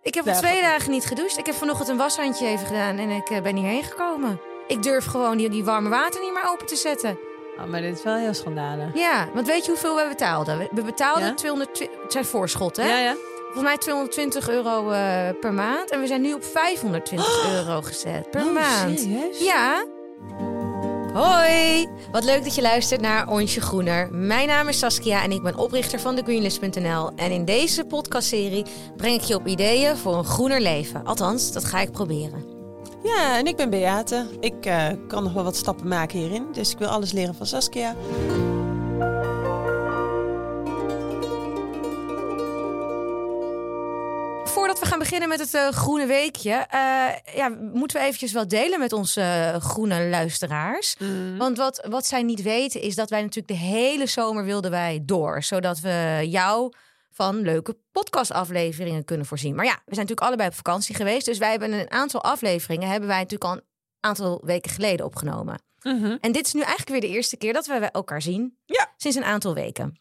Ik heb al 2 dagen niet gedoucht. Ik heb vanochtend een washandje even gedaan en ik ben hierheen gekomen. Ik durf gewoon die warme water niet meer open te zetten. Oh, maar dit is wel heel schandalig. Ja, want weet je hoeveel we betaalden? We betaalden 200... Het zijn voorschot, hè? Ja. Volgens mij €220 per maand. En we zijn nu op €520 gezet per maand. Serieus? Ja. Hoi! Wat leuk dat je luistert naar Onsje Groener. Mijn naam is Saskia en ik ben oprichter van thegreenlist.nl. En in deze podcastserie breng ik je op ideeën voor een groener leven. Althans, dat ga ik proberen. Ja, en ik ben Beate. Ik kan nog wel wat stappen maken hierin. Dus ik wil alles leren van Saskia. Voordat we gaan beginnen met het groene weekje... moeten we eventjes wat delen met onze groene luisteraars. Want wat zij niet weten is dat wij natuurlijk de hele zomer wilden wij door. Zodat we jou van leuke podcastafleveringen kunnen voorzien. Maar ja, we zijn natuurlijk allebei op vakantie geweest. Dus wij hebben een aantal afleveringen... hebben wij natuurlijk al een aantal weken geleden opgenomen. En dit is nu eigenlijk weer de eerste keer dat we elkaar zien. Ja. Sinds een aantal weken.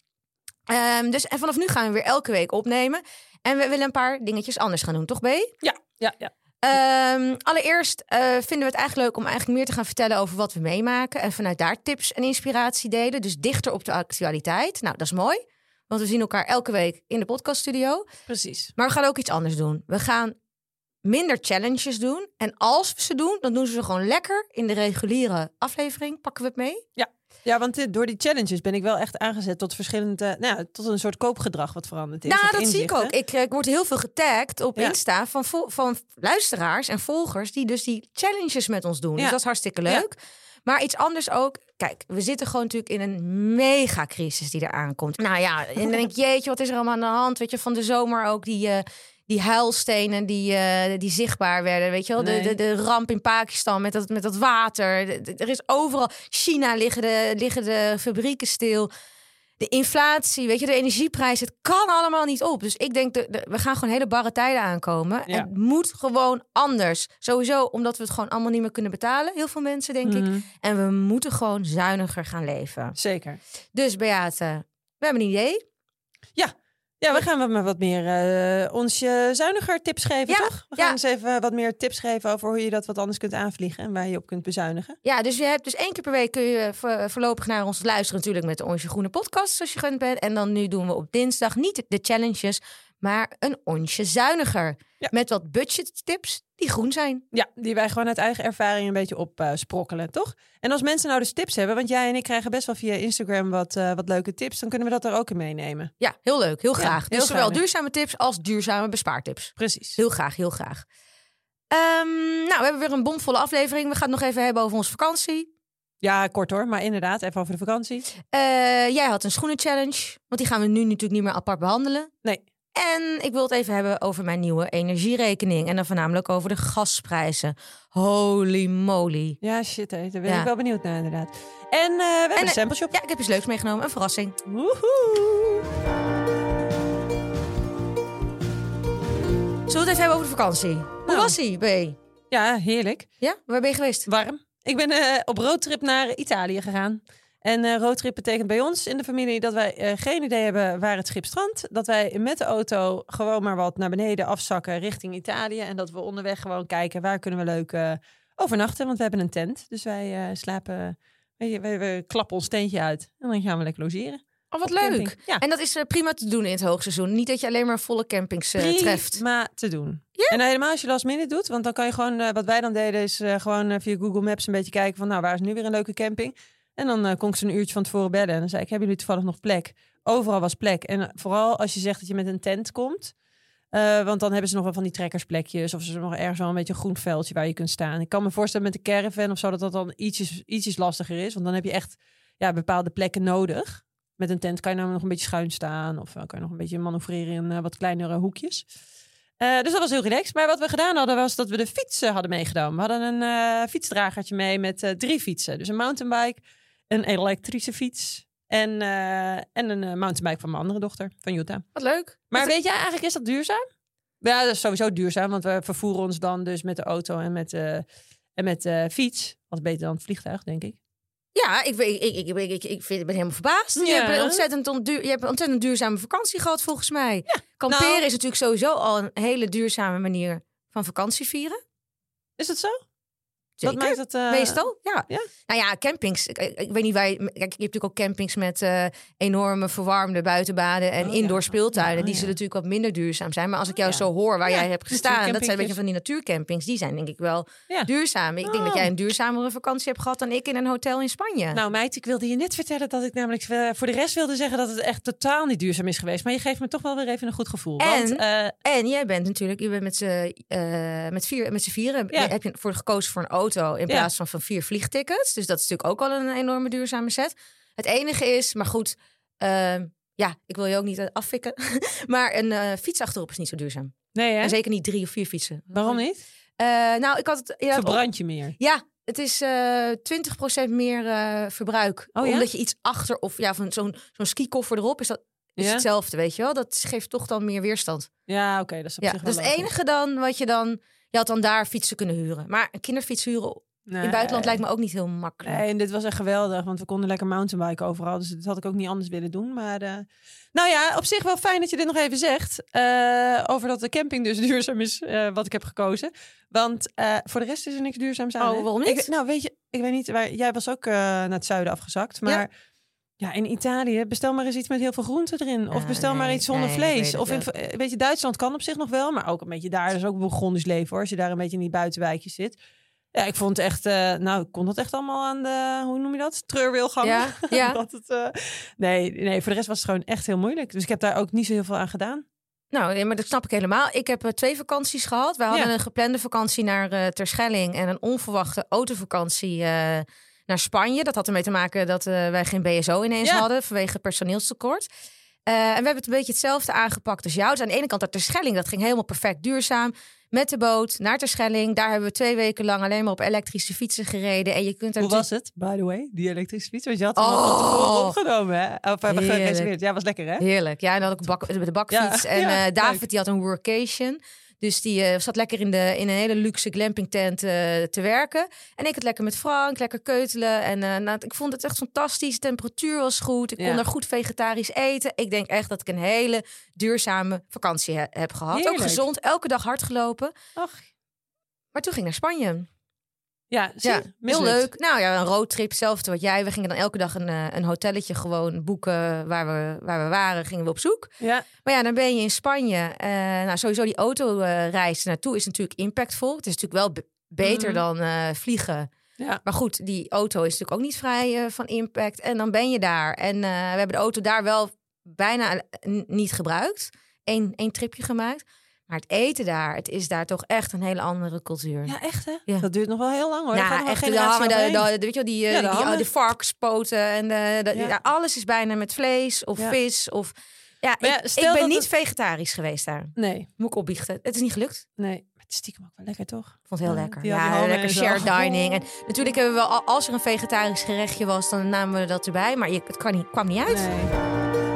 En vanaf nu gaan we weer elke week opnemen... En we willen een paar dingetjes anders gaan doen, toch B? Ja. Allereerst vinden we het eigenlijk leuk om eigenlijk meer te gaan vertellen over wat we meemaken. En vanuit daar tips en inspiratie delen. Dus dichter op de actualiteit. Nou, dat is mooi. Want we zien elkaar elke week in de podcaststudio. Precies. Maar we gaan ook iets anders doen. We gaan minder challenges doen. En als we ze doen, dan doen we ze gewoon lekker in de reguliere aflevering. Pakken we het mee? Ja, want door die challenges ben ik wel echt aangezet tot verschillende... tot een soort koopgedrag wat veranderd is. Nou, dat zie ik ook. Ik word heel veel getagd op Insta van luisteraars en volgers... die dus die challenges met ons doen. Dus dat is hartstikke leuk. Ja. Maar iets anders ook. Kijk, we zitten gewoon natuurlijk in een megacrisis die eraan komt. Nou ja, en dan denk ik, jeetje, wat is er allemaal aan de hand? Weet je, van de zomer ook die huilstenen die zichtbaar werden, weet je wel? Nee. De ramp in Pakistan met dat water. Er is overal... China liggen de fabrieken stil. De inflatie, weet je, de energieprijs. Het kan allemaal niet op. Dus ik denk, we gaan gewoon hele barre tijden aankomen. Ja. En het moet gewoon anders. Sowieso omdat we het gewoon allemaal niet meer kunnen betalen. Heel veel mensen, denk ik. En we moeten gewoon zuiniger gaan leven. Zeker. Dus Beate, we hebben een idee. Ja, we gaan wat meer ons zuiniger tips geven, toch? We gaan eens even wat meer tips geven over hoe je dat wat anders kunt aanvliegen en waar je op kunt bezuinigen. Ja, dus je hebt dus 1 keer per week kun je voorlopig naar ons luisteren, natuurlijk met de Onsje Groene podcast, als je gewend bent. En dan nu doen we op dinsdag niet de challenges, maar een onsje zuiniger. Ja. Met wat budgettips die groen zijn. Ja, die wij gewoon uit eigen ervaring een beetje opsprokkelen, toch? En als mensen nou dus tips hebben, want jij en ik krijgen best wel via Instagram wat leuke tips, dan kunnen we dat er ook in meenemen. Ja, heel leuk, heel graag. Ja, heel dus zowel graag. Duurzame tips als duurzame bespaartips. Precies. Heel graag, heel graag. We hebben weer een bomvolle aflevering. We gaan het nog even hebben over onze vakantie. Ja, kort hoor, maar inderdaad, even over de vakantie. Jij had een schoenen-challenge, want die gaan we nu natuurlijk niet meer apart behandelen. Nee. En ik wil het even hebben over mijn nieuwe energierekening. En dan voornamelijk over de gasprijzen. Holy moly. Ja, shit, hè. Daar ben ik wel benieuwd naar, inderdaad. En we hebben een sample shop. Ja, ik heb iets leuks meegenomen. Een verrassing. Woehoe. Zullen we het even hebben over de vakantie? Hoe was ie, B? Ja, heerlijk. Ja? Waar ben je geweest? Warm. Ik ben op roadtrip naar Italië gegaan. En roadtrip betekent bij ons in de familie dat wij geen idee hebben waar het schip strandt. Dat wij met de auto gewoon maar wat naar beneden afzakken richting Italië. En dat we onderweg gewoon kijken waar kunnen we leuk overnachten. Want we hebben een tent. Dus wij slapen, we klappen ons tentje uit. En dan gaan we lekker logeren. Oh, wat leuk. Ja. En dat is prima te doen in het hoogseizoen. Niet dat je alleen maar volle campings treft. Prima te doen. Ja? En helemaal als je last minute doet. Want dan kan je gewoon, wat wij dan deden is gewoon via Google Maps een beetje kijken van nou, waar is nu weer een leuke camping? En dan kon ik ze een uurtje van tevoren bellen. En dan zei ik, hebben jullie toevallig nog plek? Overal was plek. En vooral als je zegt dat je met een tent komt. Want dan hebben ze nog wel van die trekkersplekjes. Of ze nog ergens wel een beetje een groen veldje waar je kunt staan. Ik kan me voorstellen met de caravan of zo dat dan ietsjes lastiger is. Want dan heb je echt bepaalde plekken nodig. Met een tent kan je namelijk nog een beetje schuin staan. Of kan je nog een beetje manoeuvreren in wat kleinere hoekjes. Dus dat was heel relaxed. Maar wat we gedaan hadden was dat we de fietsen hadden meegenomen. We hadden een fietsdragertje mee met 3 fietsen. Dus een mountainbike, een elektrische fiets en een mountainbike van mijn andere dochter, van Utah. Wat leuk. Maar weet jij eigenlijk, is dat duurzaam? Ja, dat is sowieso duurzaam, want we vervoeren ons dan dus met de auto en met fiets. Wat beter dan het vliegtuig, denk ik. Ja, ik ben helemaal verbaasd. Je hebt een ontzettend duurzame vakantie gehad, volgens mij. Ja, kamperen is natuurlijk sowieso al een hele duurzame manier van vakantie vieren. Is het zo? Zeker. Dat maakt het, meestal, ja. Nou ja, campings. Ik weet niet waar je hebt natuurlijk ook campings met enorme verwarmde buitenbaden en indoor speeltuinen. Die zullen natuurlijk wat minder duurzaam zijn. Maar als ik jou zo hoor waar jij hebt gestaan, dat zijn een beetje van die natuurcampings. Die zijn denk ik wel duurzaam. Ik denk dat jij een duurzamere vakantie hebt gehad dan ik in een hotel in Spanje. Nou meid, ik wilde je net vertellen dat ik namelijk voor de rest wilde zeggen dat het echt totaal niet duurzaam is geweest. Maar je geeft me toch wel weer even een goed gevoel. En jij bent natuurlijk, met z'n vieren heb je voor gekozen voor een auto in plaats van 4 vliegtickets. Dus dat is natuurlijk ook al een enorme duurzame set. Het enige is, maar goed, ik wil je ook niet affikken, maar een fiets achterop is niet zo duurzaam. Nee, hè? En zeker niet 3 of 4 fietsen. Waarom niet? Ik had het... Verbrand je meer? Ja, het is 20% meer verbruik. Omdat je iets achter of van zo'n skikoffer erop is hetzelfde, weet je wel. Dat geeft toch dan meer weerstand. Ja, oké. Dat is op zich wel dus het enige dan wat je dan... Je had dan daar fietsen kunnen huren. Maar een kinderfiets huren in het buitenland lijkt me ook niet heel makkelijk. Nee, en dit was echt geweldig. Want we konden lekker mountainbiken overal. Dus dat had ik ook niet anders willen doen. Maar op zich wel fijn dat je dit nog even zegt. Over dat de camping dus duurzaam is, wat ik heb gekozen. Want voor de rest is er niks duurzaams aan. Oh, waarom niet? Weet je, ik weet niet. Jij was ook naar het zuiden afgezakt. Maar... Ja, in Italië bestel maar eens iets met heel veel groenten erin. Of bestel maar iets zonder vlees. Of weet je, Duitsland kan op zich nog wel. Maar ook een beetje daar is ook Bourgondisch leven hoor. Als je daar een beetje in die buitenwijkjes zit. Ja, ik vond het echt... ik kon dat echt allemaal aan de... Hoe noem je dat? Treurwilgangen. Ja. Nee, voor de rest was het gewoon echt heel moeilijk. Dus ik heb daar ook niet zo heel veel aan gedaan. Nou, maar dat snap ik helemaal. Ik heb 2 vakanties gehad. We hadden een geplande vakantie naar Terschelling. En een onverwachte autovakantie... naar Spanje. Dat had ermee te maken dat wij geen BSO ineens hadden vanwege personeelstekort. En we hebben het een beetje hetzelfde aangepakt als jou. Dus aan de ene kant dat Terschelling, dat ging helemaal perfect duurzaam. Met de boot naar Terschelling. Daar hebben we 2 weken lang alleen maar op elektrische fietsen gereden. En je kunt Hoe was het, by the way, die elektrische fiets? Want je had hem al van tevoren opgenomen, hè? Of hebben gereserveerd. Ja, was lekker, hè? Heerlijk. Ja, en dan had ik de bakfiets. En David, die had een workation. Dus die zat lekker in een hele luxe glampingtent te werken. En ik het lekker met Frank, lekker keutelen. En ik vond het echt fantastisch. De temperatuur was goed. Ik kon er goed vegetarisch eten. Ik denk echt dat ik een hele duurzame vakantie heb gehad. Heerlijk. Ook gezond, elke dag hard gelopen. Och. Maar toen ging ik naar Spanje. Ja, heel leuk. Nou ja, een roadtrip, hetzelfde wat jij. We gingen dan elke dag een hotelletje gewoon boeken waar we waren. Gingen we op zoek. Ja. Maar ja, dan ben je in Spanje. Sowieso die autoreis naartoe is natuurlijk impactvol. Het is natuurlijk wel beter dan vliegen. Ja. Maar goed, die auto is natuurlijk ook niet vrij van impact. En dan ben je daar. En we hebben de auto daar wel bijna niet gebruikt. Eén tripje gemaakt. Maar het eten daar, het is daar toch echt een hele andere cultuur. Ja, echt hè? Ja. Dat duurt nog wel heel lang hoor. Ja, echt. Weet je wel, die varkenspoten en alles is bijna met vlees of vis of. Ja, ik ben niet vegetarisch geweest daar. Nee, moet ik opbiechten. Het is niet gelukt. Nee, maar het is stiekem ook wel lekker toch? Ik vond het heel lekker. Ja, lekker shared dining. En natuurlijk hebben we wel, als er een vegetarisch gerechtje was, dan namen we dat erbij. Maar het kwam niet uit. Nee.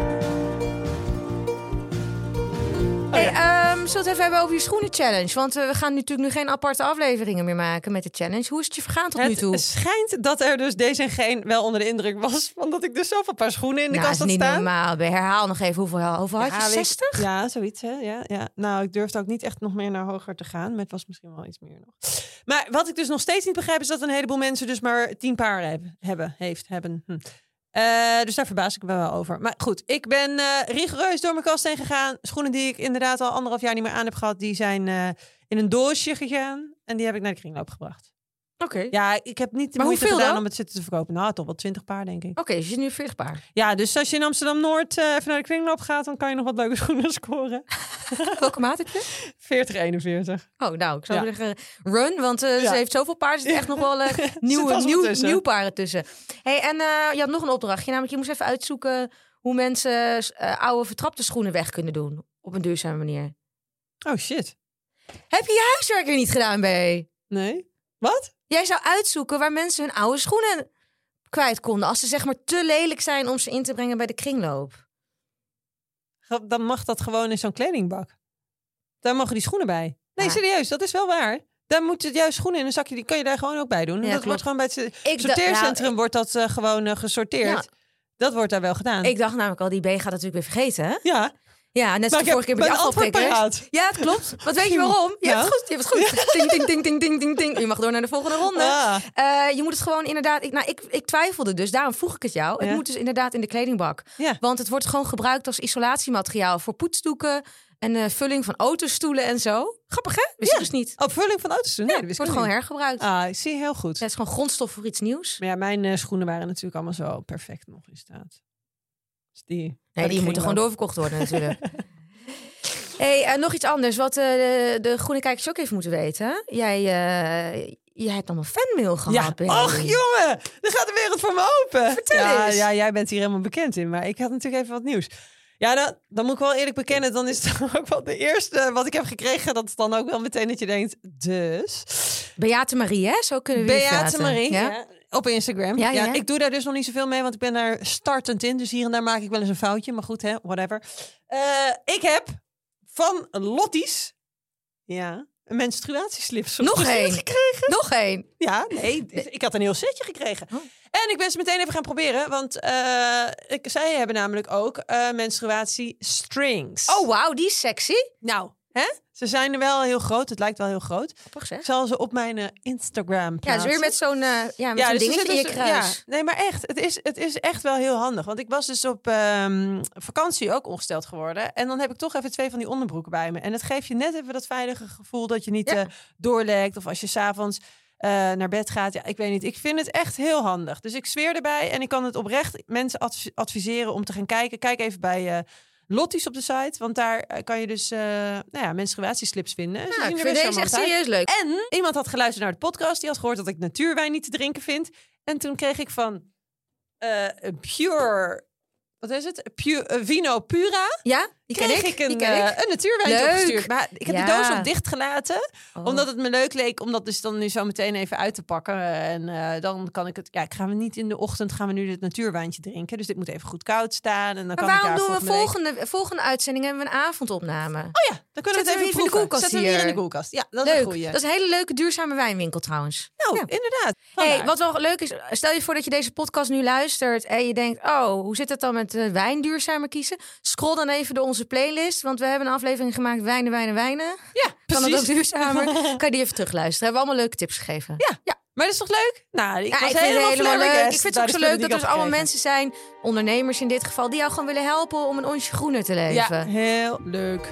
Zullen we het even hebben over je schoenen challenge? Want we gaan natuurlijk nu geen aparte afleveringen meer maken met de challenge. Hoe is het je vergaan tot nu toe? Het schijnt dat er dus deze en geen wel onder de indruk was. Van dat ik dus zoveel paar schoenen in de kast had staan. Dat is niet normaal. Herhaal nog even hoeveel had je? 60? Ja, zoiets hè. Ja. Nou, ik durfde ook niet echt nog meer naar hoger te gaan. Maar het was misschien wel iets meer nog. Maar wat ik dus nog steeds niet begrijp is dat een heleboel mensen dus maar 10 paar hebben. Dus daar verbaas ik me wel over. Maar goed, ik ben rigoureus door mijn kast heen gegaan. Schoenen die ik inderdaad al 1,5 jaar niet meer aan heb gehad, die zijn in een doosje gegaan. En die heb ik naar de kringloop gebracht. Oké. Ja, ik heb niet de moeite gedaan om het zitten te verkopen. Nou, toch wel 20 paar, denk ik. Oké, dus je zit nu 40 paar. Ja, dus als je in Amsterdam-Noord even naar de kringloop gaat, dan kan je nog wat leuke schoenen scoren. Welke maat heb je? 40, 41. Oh, nou, ik zou zeggen run, want ze heeft zoveel paar. Er zit echt nog wel nieuw paren tussen. Hey, en je had nog een opdrachtje. Namelijk, je moest even uitzoeken hoe mensen oude vertrapte schoenen weg kunnen doen. Op een duurzame manier. Oh, shit. Heb je je huiswerk er niet gedaan, B? Nee. Wat? Jij zou uitzoeken waar mensen hun oude schoenen kwijt konden. Als ze zeg maar te lelijk zijn om ze in te brengen bij de kringloop. Dan mag dat gewoon in zo'n kledingbak. Daar mogen die schoenen bij. Nee, serieus, dat is wel waar. Dan moet het juist schoenen in een zakje. Die kan je daar gewoon ook bij doen. Ja, dat wordt gewoon bij het sorteercentrum wordt dat gewoon gesorteerd. Ja. Dat wordt daar wel gedaan. Ik dacht namelijk al, die B gaat natuurlijk weer vergeten. Hè? Ja. Ja, net zoals de vorige keer met die afvalprikkers. Ja, het klopt. Wat weet je waarom? Je hebt het goed. Ding, ding, ding, ding, ding, ding, ding. Je mag door naar de volgende ronde. Je moet het gewoon inderdaad... Ik twijfelde dus, daarom vroeg ik het jou. Het moet dus inderdaad in de kledingbak. Ja. Want het wordt gewoon gebruikt als isolatiemateriaal voor poetsdoeken en vulling van autostoelen en zo. Grappig, hè? Wist je dus niet. Vulling van autostoelen? Nee, dat wordt gewoon hergebruikt. Ik zie heel goed. Ja, het is gewoon grondstof voor iets nieuws. Maar ja, mijn schoenen waren natuurlijk allemaal zo perfect nog in staat. Dus die moeten gewoon doorverkocht worden natuurlijk. Hey, nog iets anders wat de groene kijkers ook even moeten weten. Jij hebt allemaal fanmail gehad. Ja. Och jongen, dan gaat de wereld voor me open. Vertel eens. Ja, jij bent hier helemaal bekend in. Maar ik had natuurlijk even wat nieuws. Ja, dan moet ik wel eerlijk bekennen. Dan is het ook wel de eerste wat ik heb gekregen. Dat is dan ook wel meteen dat je denkt, dus... Beate Marie, hè? Zo kunnen we Beate Marie, ja. Op Instagram. Ja. Ik doe daar dus nog niet zoveel mee, want ik ben daar startend in. Dus hier en daar maak ik wel eens een foutje. Maar goed, hè, whatever. Ik heb van Lotties een menstruatieslip nog één gekregen. Nog één? Ja, nee. Ik had een heel setje gekregen. Oh. En ik ben ze meteen even gaan proberen. Want zij hebben namelijk ook menstruatiestrings. Oh, wauw, die is sexy. Nou, hè? Ze zijn er wel heel groot. Het lijkt wel heel groot. Ik zal ze op mijn Instagram plaatsen. Ja, dus weer met zo'n zo'n dingetje in je kruis. Ja, nee, maar echt. Het is echt wel heel handig. Want ik was dus op vakantie ook ongesteld geworden. En dan heb ik toch even 2 van die onderbroeken bij me. En het geeft je net even dat veilige gevoel dat je niet doorlekt. Of als je 's avonds naar bed gaat. Ja, ik weet niet. Ik vind het echt heel handig. Dus ik zweer erbij. En ik kan het oprecht mensen adviseren om te gaan kijken. Kijk even bij... Lotties op de site, want daar kan je dus menstruatieslips vinden. Ja, ik vind deze echt serieus leuk. En iemand had geluisterd naar de podcast, die had gehoord dat ik natuurwijn niet te drinken vind. En toen kreeg ik van Pure... Wat is het? Vino Pura. Ja, die ken ik. Een natuurwijntje opgestuurd. Maar ik heb die doos ook dichtgelaten. Omdat het me leuk leek om dat dus dan nu zo meteen even uit te pakken. En dan kan ik het... Ja, gaan we niet in de ochtend gaan we nu het natuurwijntje drinken. Dus dit moet even goed koud staan. En dan maar kan waarom doen we volgende uitzending hebben we een avondopname? Oh ja, dan kunnen we het even in de koelkast. Zetten we hier in de koelkast. Ja, dat leuk. is een goeie. Dat is een hele leuke duurzame wijnwinkel trouwens. Nou, inderdaad. Hey, wat wel leuk is, stel je voor dat je deze podcast nu luistert en je denkt, oh, hoe zit het dan met wijn duurzamer kiezen? Scroll dan even door onze playlist, want we hebben een aflevering gemaakt wijnen. Ja, precies. Kan het ook duurzamer? Kan je die even terugluisteren? Hebben we allemaal leuke tips gegeven? Ja. Maar dat is toch leuk? Nou, ik was helemaal leuk. Ik vind het ook zo leuk dat er allemaal gegeven. mensen zijn, ondernemers in dit geval, die jou gewoon willen helpen om een onsje groener te leven. Ja, heel leuk.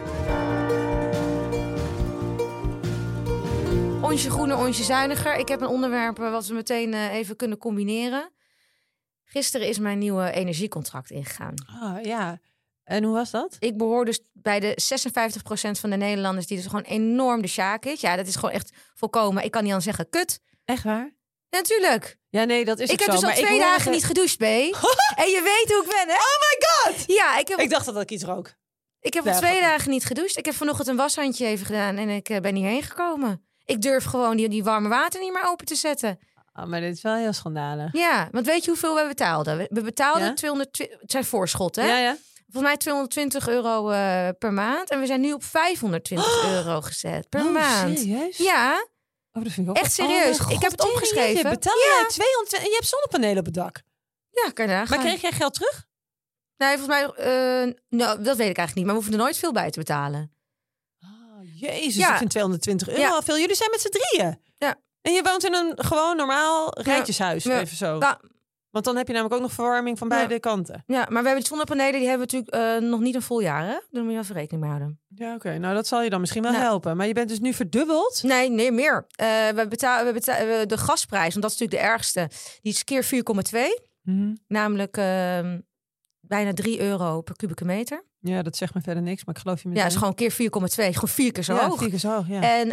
Onsje groener, onsje zuiniger. Ik heb een onderwerp wat we meteen even kunnen combineren. Gisteren is mijn nieuwe energiecontract ingegaan. Oh ja. En hoe was dat? Ik behoor dus bij de 56% van de Nederlanders die dus gewoon enorm de sjaak is. Ja, dat is gewoon echt volkomen. Ik kan niet aan zeggen kut. Echt waar? Ja, natuurlijk. Ja, nee, dat is ik heb dus al 2 dagen niet gedoucht, B. En je weet hoe ik ben, hè? Oh my god! Ja, ik dacht dat ik iets rook. Ik heb al 2 dagen niet gedoucht. Ik heb vanochtend een washandje even gedaan en ik ben hierheen gekomen. Ik durf gewoon die warme water niet meer open te zetten. Oh, maar dit is wel heel schandalig. Ja, want weet je hoeveel we betaalden? We betaalden 220... Het zijn voorschot, hè? Ja. Volgens mij €220 per maand. En we zijn nu op €520 gezet per maand. Serieus? Ja. Oh, dat vind ik ook echt serieus. Ik heb het opgeschreven. Je betaalt 220 en je hebt zonnepanelen op het dak. Ja, kan je nagaan. Maar kreeg jij geld terug? Nee, volgens mij... dat weet ik eigenlijk niet. Maar we hoeven er nooit veel bij te betalen. Oh, jezus, ik vind €220 al veel. Jullie zijn met z'n drieën. Ja. En je woont in een gewoon normaal rijtjeshuis. Ja. Even zo. Ja. Want dan heb je namelijk ook nog verwarming van beide kanten. Ja, maar we hebben de zonnepanelen, die hebben we natuurlijk nog niet een vol jaar. Hè? Daar moet je wel even rekening mee houden. Ja, oké. Nou, dat zal je dan misschien wel helpen. Maar je bent dus nu verdubbeld? Nee, meer. We betalen de gasprijs, want dat is natuurlijk de ergste. Die is keer 4,2. Namelijk bijna €3 per kubieke meter. Ja, dat zegt me verder niks, maar ik geloof je meteen. Ja, het is gewoon keer 4,2. Gewoon 4 keer zo hoog. 4 keer zo hoog, ja. En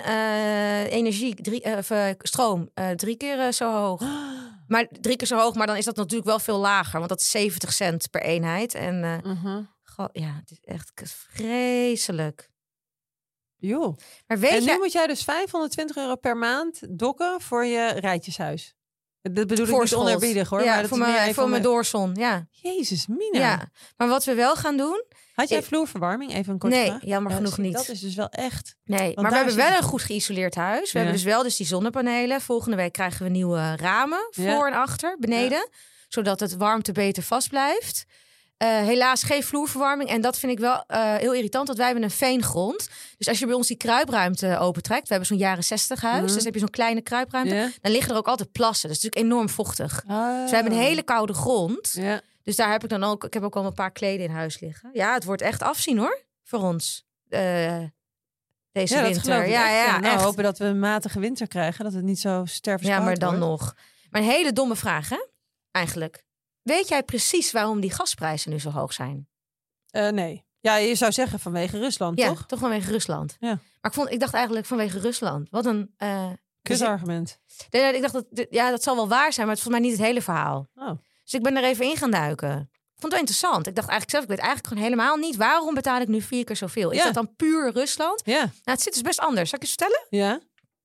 stroom 3 keer zo hoog. Maar 3 keer zo hoog, maar dan is dat natuurlijk wel veel lager. Want dat is 70 cent per eenheid. En ja, het is echt vreselijk. Joh. Maar weet en nu moet jij dus €520 per maand dokken voor je rijtjeshuis. Dat bedoel ik niet oneerbiedig hoor. Ja, maar voor mijn doorzon, ja. Jezus, Mina. Ja, maar wat we wel gaan doen... Had jij vloerverwarming? Even een korte vraag. Nee, jammer genoeg niet. Dat is dus wel echt... Nee, maar we hebben wel een goed geïsoleerd huis. We hebben dus wel die zonnepanelen. Volgende week krijgen we nieuwe ramen voor en achter, beneden. Ja. Zodat het warmte beter vast blijft. Helaas geen vloerverwarming. En dat vind ik wel heel irritant, want wij hebben een veengrond. Dus als je bij ons die kruipruimte opentrekt... We hebben zo'n jaren 60 huis, dus heb je zo'n kleine kruipruimte. Yeah. Dan liggen er ook altijd plassen. Dat is natuurlijk enorm vochtig. Dus we hebben een hele koude grond. Yeah. Dus daar heb ik dan ook... Ik heb ook al een paar kleden in huis liggen. Ja, het wordt echt afzien hoor, voor ons. Deze winter. Ja, nou, hopen dat we een matige winter krijgen. Dat het niet zo stervenskoud wordt. Ja, maar dan nog. Maar een hele domme vraag, hè? Eigenlijk. Weet jij precies waarom die gasprijzen nu zo hoog zijn? Nee. Ja, je zou zeggen vanwege Rusland, toch? Ja, toch vanwege Rusland. Ja. Maar ik dacht eigenlijk vanwege Rusland. Wat een... kutargument. Ik dacht dat zal wel waar zijn, maar het is volgens mij niet het hele verhaal. Oh. Dus ik ben er even in gaan duiken. Ik vond het wel interessant. Ik dacht eigenlijk zelf, ik weet eigenlijk gewoon helemaal niet... waarom betaal ik nu 4 keer zoveel? Is dat dan puur Rusland? Ja. Nou, het zit dus best anders. Zal ik je vertellen? Ja.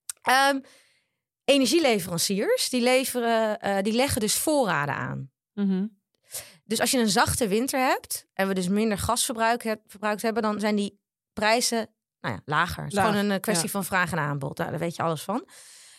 Energieleveranciers, die leggen dus voorraden aan. Mm-hmm. Dus als je een zachte winter hebt... en we dus minder gas verbruikt hebben... dan zijn die prijzen lager. Het is gewoon een kwestie van vraag en aanbod. Nou, daar weet je alles van.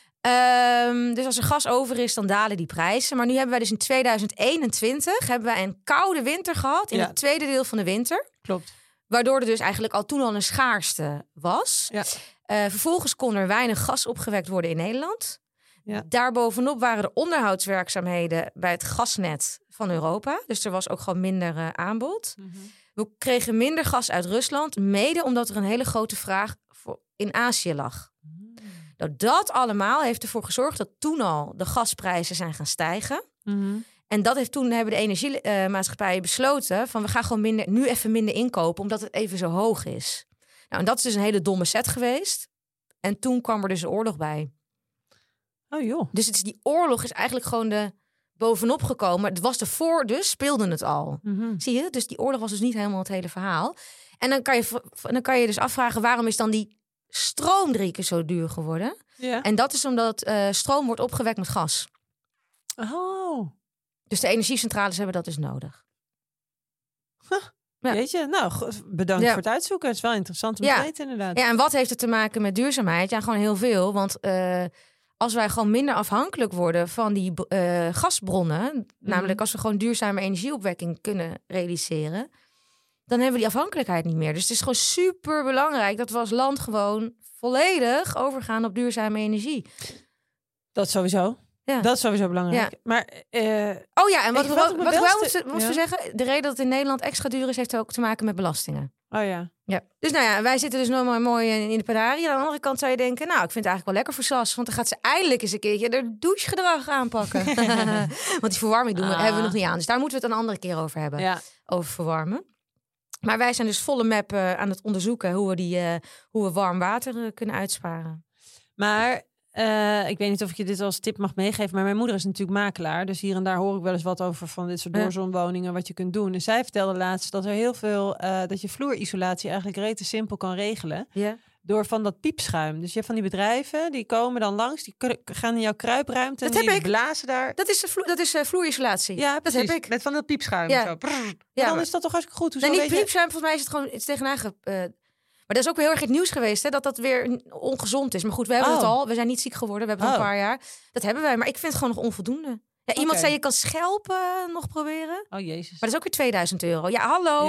Dus als er gas over is, dan dalen die prijzen. Maar nu hebben wij dus in 2021 hebben wij een koude winter gehad... in het tweede deel van de winter. Klopt. Waardoor er dus eigenlijk toen al een schaarste was. Ja. Vervolgens kon er weinig gas opgewekt worden in Nederland. Ja. Daarbovenop waren er onderhoudswerkzaamheden bij het gasnet van Europa. Dus er was ook gewoon minder aanbod. Mm-hmm. We kregen minder gas uit Rusland, mede omdat er een hele grote vraag in Azië lag. Mm. Nou, dat allemaal heeft ervoor gezorgd dat toen al de gasprijzen zijn gaan stijgen. Mm-hmm. En toen hebben de energiemaatschappijen besloten van we gaan gewoon nu even minder inkopen, omdat het even zo hoog is. Nou, en dat is dus een hele domme set geweest. En toen kwam er dus een oorlog bij. Oh joh. Dus die oorlog is eigenlijk gewoon bovenop gekomen. Het was ervoor, dus speelde het al. Mm-hmm. Zie je? Dus die oorlog was dus niet helemaal het hele verhaal. En dan kan je dus afvragen, waarom is dan die stroom 3 keer zo duur geworden? Yeah. En dat is omdat stroom wordt opgewekt met gas. Oh. Dus de energiecentrales hebben dat dus nodig. Huh. Ja. Weet je, nou, bedankt voor het uitzoeken. Het is wel interessant om te weten inderdaad. Ja, en wat heeft het te maken met duurzaamheid? Ja, gewoon heel veel. Want als wij gewoon minder afhankelijk worden van die gasbronnen... namelijk als we gewoon duurzame energieopwekking kunnen realiseren... dan hebben we die afhankelijkheid niet meer. Dus het is gewoon super belangrijk dat we als land gewoon volledig overgaan op duurzame energie. Dat sowieso. Ja. Dat is sowieso belangrijk. Ja. Maar, en wat ik wel moest zeggen... de reden dat het in Nederland extra duur is... heeft ook te maken met belastingen. Oh ja. Dus wij zitten dus nog maar mooi in de pedarie. Aan de andere kant zou je denken... nou, ik vind het eigenlijk wel lekker voor Sas... want dan gaat ze eindelijk eens een keertje... haar douchegedrag aanpakken. Want die verwarming hebben we nog niet aan. Dus daar moeten we het een andere keer over hebben. Ja. Over verwarmen. Maar wij zijn dus volle map aan het onderzoeken... hoe we warm water kunnen uitsparen. Maar... ik weet niet of ik je dit als tip mag meegeven, maar mijn moeder is natuurlijk makelaar. Dus hier en daar hoor ik wel eens wat over van dit soort doorzonwoningen, wat je kunt doen. En zij vertelde laatst dat er heel veel, dat je vloerisolatie eigenlijk rete simpel kan regelen. Yeah. Door van dat piepschuim. Dus je hebt van die bedrijven, die komen dan langs, die gaan in jouw kruipruimte en die blazen daar. Dat is vloerisolatie. Ja, precies. Dat heb ik. Met van dat piepschuim. Ja. Zo. Ja, dan is dat toch hartstikke goed. Nee, niet piepschuim, volgens mij is het gewoon iets tegenaan maar dat is ook weer heel erg het nieuws geweest, hè, dat weer ongezond is. Maar goed, we hebben het al. We zijn niet ziek geworden. We hebben het een paar jaar. Dat hebben wij. Maar ik vind het gewoon nog onvoldoende. Ja, iemand zei, je kan schelpen nog proberen. Oh jezus. Maar dat is ook weer €2000. Ja, hallo.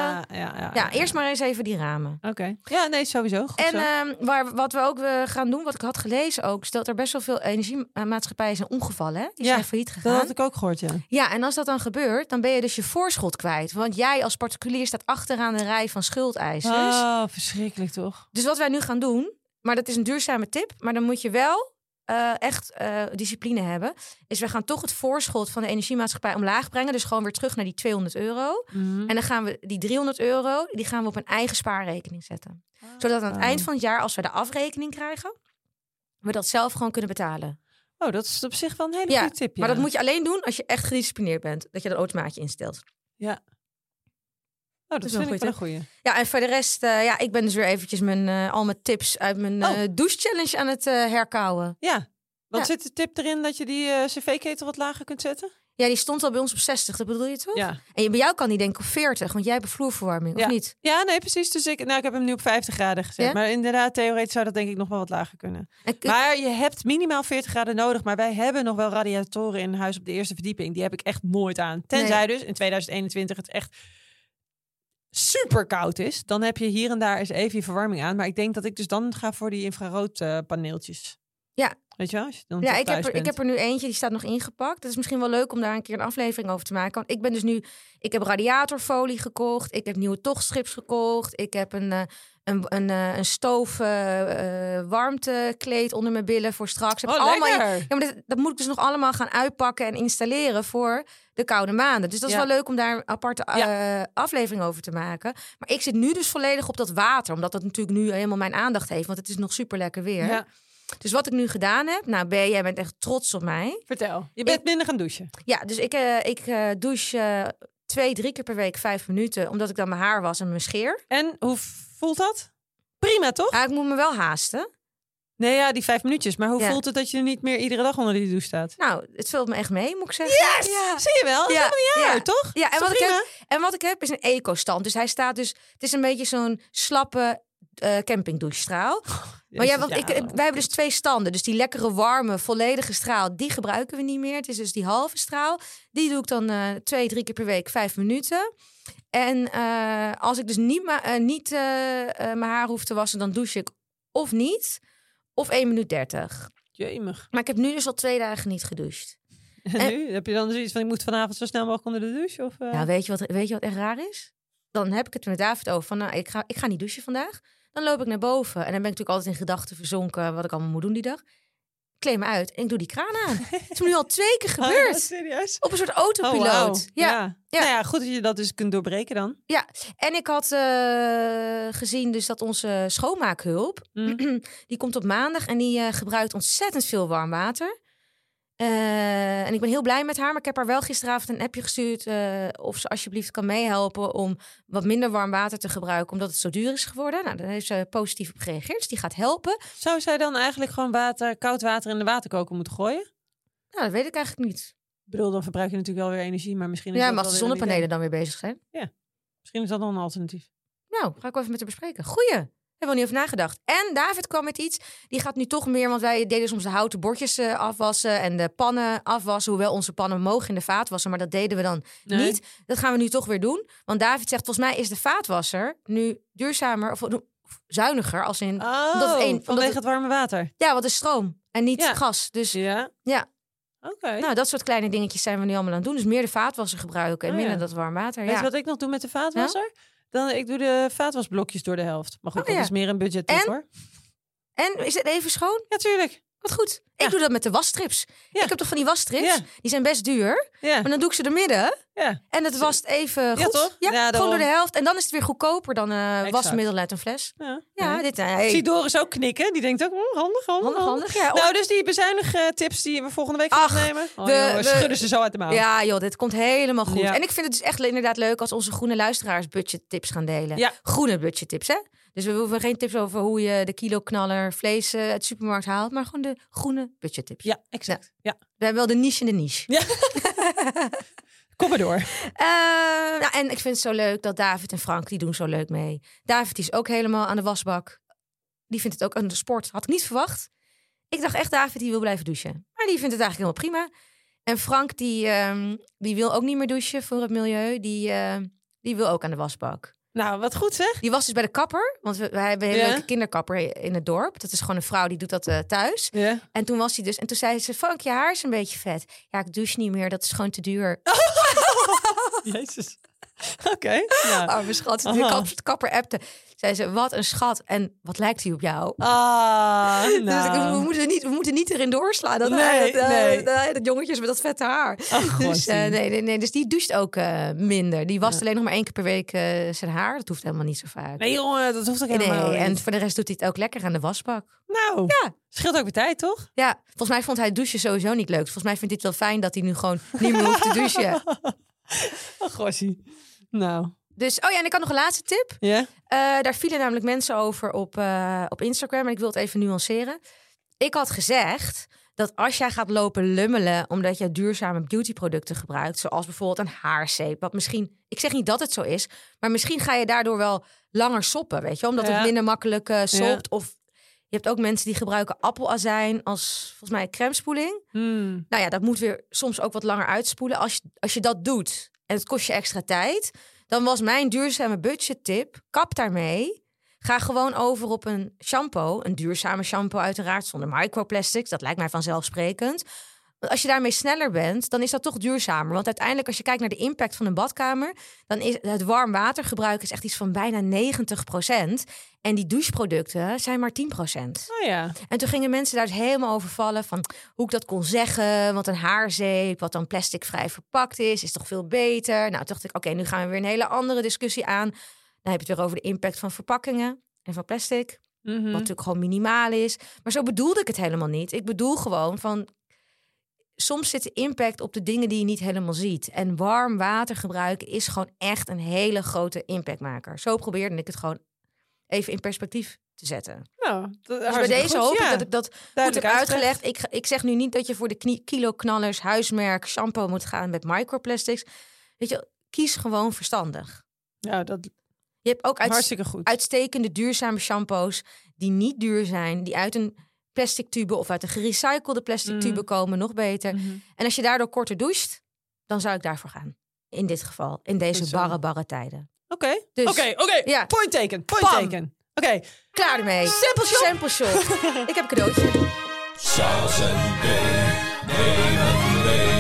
Ja, eerst maar eens even die ramen. Oké. Ja, nee, sowieso. Goed en wat we ook gaan doen, wat ik had gelezen ook... is dat er best wel veel energiemaatschappijen zijn omgevallen. Hè? Die zijn failliet gegaan. Dat had ik ook gehoord, ja. Ja, en als dat dan gebeurt, dan ben je dus je voorschot kwijt. Want jij als particulier staat achteraan de rij van schuldeisers. Oh, verschrikkelijk toch? Dus wat wij nu gaan doen, maar dat is een duurzame tip... maar dan moet je wel... echt discipline hebben, is we gaan toch het voorschot van de energiemaatschappij omlaag brengen. Dus gewoon weer terug naar die €200. Mm-hmm. En dan gaan we die €300, die gaan we op een eigen spaarrekening zetten. Zodat aan het eind van het jaar, als we de afrekening krijgen, we dat zelf gewoon kunnen betalen. Oh, dat is op zich wel een hele goede tip. Ja. Maar dat moet je alleen doen als je echt gedisciplineerd bent. Dat je dat automaatje instelt. Ja. Oh, dat vind ik wel een goeie. Ja, en voor de rest, ik ben dus weer eventjes al mijn tips uit mijn douche challenge aan het herkauwen. Ja, Want zit de tip erin dat je die cv-ketel wat lager kunt zetten? Ja, die stond al bij ons op 60, dat bedoel je toch? Ja. En bij jou kan die denk ik op 40, want jij hebt een vloerverwarming, of niet? Ja, nee, precies. Dus ik heb hem nu op 50 graden gezet. Ja? Maar inderdaad, theoretisch zou dat denk ik nog wel wat lager kunnen. Maar je hebt minimaal 40 graden nodig. Maar wij hebben nog wel radiatoren in huis op de eerste verdieping. Die heb ik echt nooit aan. Tenzij dus in 2021 het echt super koud is. Dan heb je hier en daar eens even je verwarming aan. Maar ik denk dat ik dus dan ga voor die infraroodpaneeltjes. Ja. Weet je wel? Als je dan ik heb er nu eentje, die staat nog ingepakt. Het is misschien wel leuk om daar een keer een aflevering over te maken. Want ik heb radiatorfolie gekocht. Ik heb nieuwe tochtstrips gekocht. Ik heb een stoof warmtekleed onder mijn billen voor straks. Dat moet ik dus nog allemaal gaan uitpakken en installeren voor de koude maanden. Dus dat is wel leuk om daar een aparte aflevering over te maken. Maar ik zit nu dus volledig op dat water. Omdat dat natuurlijk nu helemaal mijn aandacht heeft. Want het is nog super lekker weer. Ja. Dus wat ik nu gedaan heb... Nou, jij bent echt trots op mij. Vertel. Je bent minder gaan douchen. Ja, dus ik douche 2-3 keer per week 5 minuten. Omdat ik dan mijn haar was en mijn scheer. En hoe voelt dat? Prima, toch? Ja, ik moet me wel haasten. Nee, ja, die 5 minuutjes. Maar hoe voelt het dat je niet meer iedere dag onder die douche staat? Nou, het vult me echt mee, moet ik zeggen. Yes! Ja. Zie je wel? Dat is helemaal niet uit, toch? Ja, en wat ik heb is een eco-stand. Dus hij staat dus... Het is een beetje zo'n slappe campingdouchestraal. Maar wij hebben dus 2 standen. Dus die lekkere, warme, volledige straal, die gebruiken we niet meer. Het is dus die halve straal. Die doe ik dan 2-3 keer per week 5 minuten. En als ik dus niet mijn haar hoef te wassen, dan douche ik of niet, of 1 minuut 30. Jemig. Maar ik heb nu dus al 2 dagen niet gedoucht. En nu? Heb je dan zoiets van, ik moet vanavond zo snel mogelijk onder de douche? Of, Ja, weet je wat echt raar is? Dan heb ik het met David over van, ik ga niet douchen vandaag. Dan loop ik naar boven. En dan ben ik natuurlijk altijd in gedachten verzonken wat ik allemaal moet doen die dag. Ik kleed me uit en ik doe die kraan aan. Het is me nu al 2 keer gebeurd. Serieus? Op een soort autopiloot. Oh, wow. Ja. Nou ja, goed dat je dat dus kunt doorbreken dan. Ja, en ik had gezien dus dat onze schoonmaakhulp... die komt op maandag en die gebruikt ontzettend veel warm water. En ik ben heel blij met haar, maar ik heb haar wel gisteravond een appje gestuurd of ze alsjeblieft kan meehelpen om wat minder warm water te gebruiken, omdat het zo duur is geworden. Nou, daar heeft ze positief op gereageerd, dus die gaat helpen. Zou zij dan eigenlijk gewoon koud water in de waterkoker moeten gooien? Nou, dat weet ik eigenlijk niet. Ik bedoel, dan verbruik je natuurlijk wel weer energie, maar misschien is maar als de zonnepanelen dan weer bezig zijn. Ja, misschien is dat dan een alternatief. Nou, ga ik wel even met haar bespreken. Goeie. Hebben we niet over nagedacht. En David kwam met iets. Die gaat nu toch meer, want wij deden soms de houten bordjes afwassen en de pannen afwassen. Hoewel onze pannen mogen in de vaatwasser, maar dat deden we dan niet. Dat gaan we nu toch weer doen. Want David zegt, volgens mij is de vaatwasser nu duurzamer of zuiniger. Als in, vanwege het warme water. Ja, wat is stroom en niet gas. Dus ja. Okay. Nou, dat soort kleine dingetjes zijn we nu allemaal aan het doen. Dus meer de vaatwasser gebruiken en minder dat warm water. Weet je wat ik nog doe met de vaatwasser? Ik doe de vaatwasblokjes door de helft. Maar goed, dat is meer een budgettip hoor. En is het even schoon? Ja, tuurlijk. Wat goed. Ik doe dat met de wasstrips. Ja. Ik heb toch van die wasstrips? Die zijn best duur. Maar dan doe ik ze er midden. En het wast even goed. Ja, toch? Ja, gewoon door de helft. En dan is het weer goedkoper dan wasmiddel uit een fles. Ik zie Doris ook knikken. Die denkt ook, handig. Ja, nou, dus die bezuinigtips die we volgende week gaan nemen. We schudden ze zo uit de mouw. Ja, joh, dit komt helemaal goed. Ja. En ik vind het dus echt inderdaad leuk als onze groene luisteraars budgettips gaan delen. Ja. Groene budgettips, hè? Dus we hoeven geen tips over hoe je de kiloknaller vlees uit de supermarkt haalt, maar gewoon de groene budgettips. Ja, exact. Ja. We hebben wel de niche in de niche. Ja. Kom maar door. En ik vind het zo leuk dat David en Frank, die doen zo leuk mee. David is ook helemaal aan de wasbak. Die vindt het ook aan de sport. Had ik niet verwacht. Ik dacht echt, David, die wil blijven douchen. Maar die vindt het eigenlijk helemaal prima. En Frank, die wil ook niet meer douchen voor het milieu. Die wil ook aan de wasbak. Nou, wat goed zeg. Die was dus bij de kapper. Want we hebben een hele leuke kinderkapper in het dorp. Dat is gewoon een vrouw die doet dat thuis. Ja. En toen was hij dus. En toen zei ze, Frank, je haar is een beetje vet. Ja, ik douche niet meer. Dat is gewoon te duur. Jezus. Oké. Ja. Mijn schat, de kapper appte. Zei ze, wat een schat. En wat lijkt hij op jou? Nou. Dus we moeten niet erin doorslaan. Dat jongetjes met dat vette haar. Dus dus die doucht ook minder. Die wast alleen nog maar 1 keer per week zijn haar. Dat hoeft helemaal niet zo vaak. Nee jongen, dat hoeft ook helemaal niet. En voor de rest doet hij het ook lekker aan de wasbak. Nou, scheelt ook weer tijd, toch? Ja, volgens mij vond hij douchen sowieso niet leuk. Volgens mij vindt hij het wel fijn dat hij nu gewoon niet meer hoeft te douchen. Gossie. Nou. Dus, en ik had nog een laatste tip. Ja? Daar vielen namelijk mensen over op Instagram. En ik wil het even nuanceren. Ik had gezegd dat als jij gaat lopen lummelen omdat je duurzame beautyproducten gebruikt, zoals bijvoorbeeld een haarzeep, wat misschien, ik zeg niet dat het zo is, maar misschien ga je daardoor wel langer soppen, weet je, omdat het minder makkelijk sopt. Of je hebt ook mensen die gebruiken appelazijn als volgens mij crèmespoeling. Nou ja, dat moet weer soms ook wat langer uitspoelen. Als je dat doet en het kost je extra tijd, dan was mijn duurzame budgettip, kap daarmee. Ga gewoon over op een shampoo. Een duurzame shampoo uiteraard, zonder microplastics. Dat lijkt mij vanzelfsprekend. Want als je daarmee sneller bent, dan is dat toch duurzamer. Want uiteindelijk, als je kijkt naar de impact van een badkamer, dan is het warm watergebruik is echt iets van bijna 90%. En die doucheproducten zijn maar 10%. Oh ja. En toen gingen mensen daar dus helemaal over vallen van hoe ik dat kon zeggen. Want een haarzeep, wat dan plasticvrij verpakt is toch veel beter. Nou, toen dacht ik, oké, nu gaan we weer een hele andere discussie aan. Dan heb je het weer over de impact van verpakkingen en van plastic. Wat natuurlijk gewoon minimaal is. Maar zo bedoelde ik het helemaal niet. Ik bedoel gewoon van, soms zit de impact op de dingen die je niet helemaal ziet. En warm water gebruiken is gewoon echt een hele grote impactmaker. Zo probeerde ik het gewoon even in perspectief te zetten. Nou, dus bij deze hoop ik dat ik dat goed heb uitgelegd. Ik zeg nu niet dat je voor de kiloknallers huismerk shampoo moet gaan met microplastics. Weet je, kies gewoon verstandig. Ja, dat... Je hebt ook hartstikke goed. Uitstekende duurzame shampoos die niet duur zijn, die uit een plastic tube of uit een gerecyclede plastic tube komen, nog beter. En als je daardoor korter doucht, dan zou ik daarvoor gaan. In dit geval, in deze barre tijden. Oké. Ja. Point taken. Oké. Klaar ermee. Simple shot. Ik heb een cadeautje. Charles en nemen mee.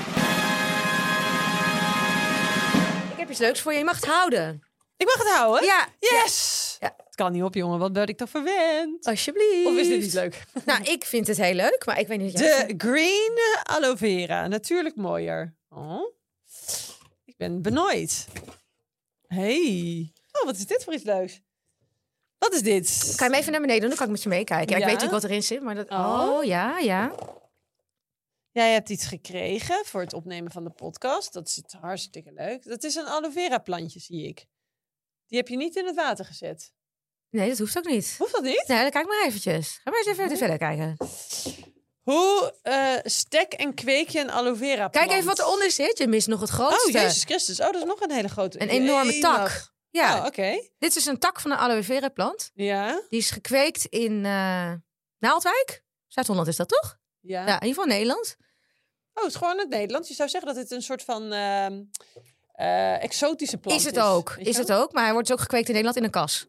Ik heb iets leuks voor je. Je mag het houden. Ik mag het houden? Ja. Yes! Ja. Het kan niet op, jongen. Wat ben ik toch verwend? Alsjeblieft. Of is dit niet leuk? Nou, ik vind het heel leuk, maar ik weet niet... De green aloe vera. Natuurlijk mooier. Oh. Ik ben benieuwd. Hey. Oh, wat is dit voor iets leuks? Wat is dit? Kan je hem even naar beneden doen? Dan kan ik met je meekijken. Ja, ik weet natuurlijk wat erin zit, maar dat... Oh, ja. Jij hebt iets gekregen voor het opnemen van de podcast. Dat is hartstikke leuk. Dat is een aloe vera plantje, zie ik. Die heb je niet in het water gezet. Nee, dat hoeft ook niet. Hoeft dat niet? Nee, dan kijk maar eventjes. Ga maar eens even verder kijken. Hoe stek en kweek je een aloe vera plant? Kijk even wat eronder zit. Je mist nog het grootste. Oh, Jezus Christus. Oh, dat is nog een hele grote. Een enorme tak. Ja. Oh, oké. Dit is dus een tak van een aloe vera plant. Ja. Die is gekweekt in Naaldwijk. Zuid-Holland is dat toch? Ja. Ja, in ieder geval Nederland. Oh, het is gewoon het Nederlands. Je zou zeggen dat het een soort van exotische plant is. Is het ook. Is het ook. Maar hij wordt dus ook gekweekt in Nederland in een kas.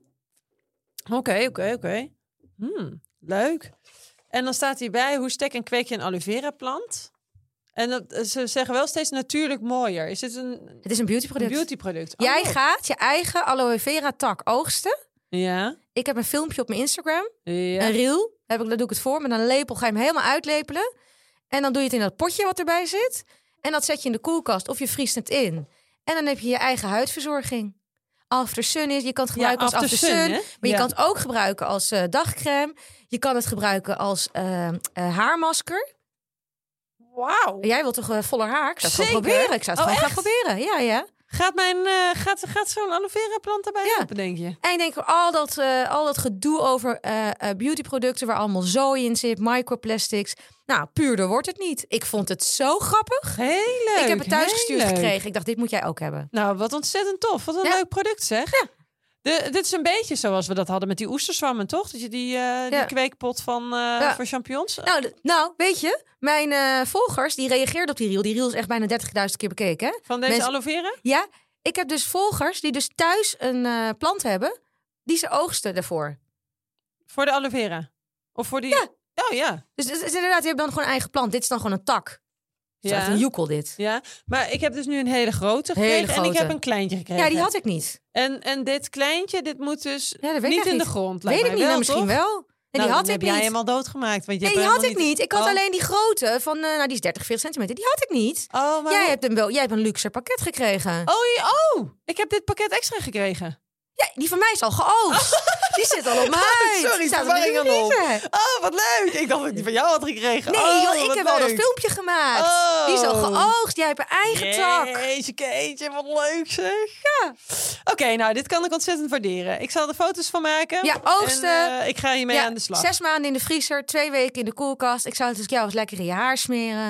Oké. Leuk. En dan staat hierbij, hoe stek en kweek je een aloe vera plant? En dat, ze zeggen wel steeds natuurlijk mooier. Is het een... Het is een beautyproduct. Een beautyproduct. Jij gaat je eigen aloe vera tak oogsten. Ja. Ik heb een filmpje op mijn Instagram. Ja. Een reel. Daar doe ik het voor. Met een lepel ga je hem helemaal uitlepelen. En dan doe je het in dat potje wat erbij zit. En dat zet je in de koelkast of je vriest het in. En dan heb je je eigen huidverzorging. After Sun is, je kan het gebruiken als After Sun. Maar je kan het ook gebruiken als dagcrème. Je kan het gebruiken als haarmasker. Wauw. Jij wilt toch voller haar? Ik zou het gewoon proberen. Ik zou het gewoon gaan proberen. Ja. Gaat zo'n aloe vera plant erbij helpen, denk je? En ik denk al dat gedoe over beautyproducten waar allemaal zooi in zit, microplastics. Nou, puurder wordt het niet. Ik vond het zo grappig. Heel leuk. Ik heb het thuisgestuurd gekregen. Ik dacht, dit moet jij ook hebben. Nou, wat ontzettend tof. Wat een leuk product, zeg. Ja. Dit is een beetje zoals we dat hadden met die oesterzwammen, toch? Dat je die kweekpot van voor champignons. Nou, weet je, mijn volgers die reageerden op die reel. Die reel is echt bijna 30.000 keer bekeken. Hè? Van deze aloe vera? Ja, ik heb dus volgers die dus thuis een plant hebben, die ze oogsten daarvoor. Voor de aloe vera? Of voor die... Ja. Oh ja. Dus inderdaad, je hebt dan gewoon een eigen plant. Dit is dan gewoon een tak. Het is echt een joekel dit. Ja, maar ik heb dus nu een hele grote gekregen en ik heb een kleintje gekregen. Ja, die had ik niet. En dit kleintje, dit moet dus niet in de grond. Weet ik niet, wel, misschien wel. En die had ik heb niet. Jij helemaal doodgemaakt. Want je die had ik niet. Ik had alleen die grote van, die is 30, 40 centimeter. Die had ik niet. Oh, maar jij hebt een luxe pakket gekregen. Oh, ik heb dit pakket extra gekregen. Ja, die van mij is al geoogst. Die zit al op mijn huis. Sorry, verwarring aan op. Oh, wat leuk. Ik dacht dat ik die van jou had gekregen. Nee, joh, ik heb al dat filmpje gemaakt. Die is al geoogst. Jij hebt een eigen tak. Jeetje, Keetje, wat leuk zeg. Ja. Oké, nou, dit kan ik ontzettend waarderen. Ik zal er foto's van maken. Ja, oogsten. En ik ga hiermee aan de slag. 6 maanden in de vriezer, 2 weken in de koelkast. Ik zou het dus jou eens lekker in je haar smeren.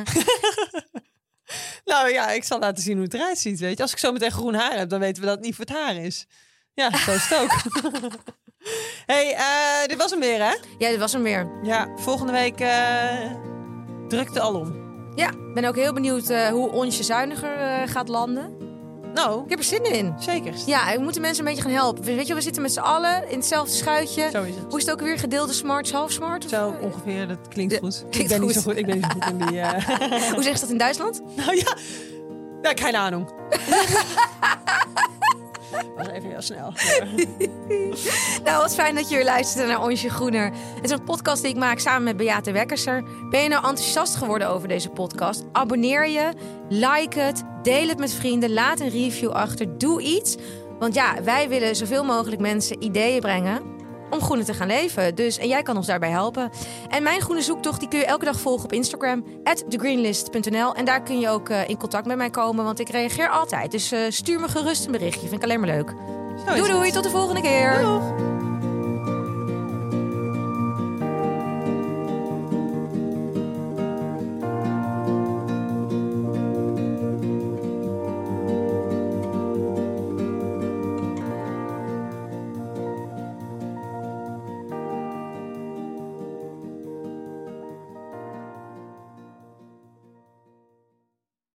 Nou ja, ik zal laten zien hoe het eruit ziet, weet je. Als ik zo meteen groen haar heb, dan weten we dat het niet voor het haar is. Ja, zo is het ook. Hey, dit was hem weer, hè? Ja, dit was hem weer. Ja, volgende week drukte alom. Ja, ik ben ook heel benieuwd hoe Onsje zuiniger gaat landen. Nou, Ik heb er zin in. zeker. Ja, we moeten mensen een beetje gaan helpen. Weet je, we zitten met z'n allen in hetzelfde schuitje. Zo is het. Hoe is het ook weer? Gedeelde smart, half smart? Of Zo ongeveer, dat klinkt goed. klinkt ik ben goed. niet zo goed. Ik ben niet zo goed in die... Hoe zeggen ze dat in Duitsland? Nou ja, keine Ahnung. Was even heel snel. Nou, wat fijn dat je weer luistert naar Onsje Groener. Het is een podcast die ik maak samen met Beate Wekkerser. Ben je nou enthousiast geworden over deze podcast? Abonneer je, like het, deel het met vrienden, laat een review achter, doe iets. Want ja, wij willen zoveel mogelijk mensen ideeën brengen om groener te gaan leven. Dus, en jij kan ons daarbij helpen. En mijn groene zoektocht die kun je elke dag volgen op Instagram, @thegreenlist.nl. En daar kun je ook in contact met mij komen, want ik reageer altijd. Dus stuur me gerust een berichtje, vind ik alleen maar leuk. Doei, tot de volgende keer. Doeg.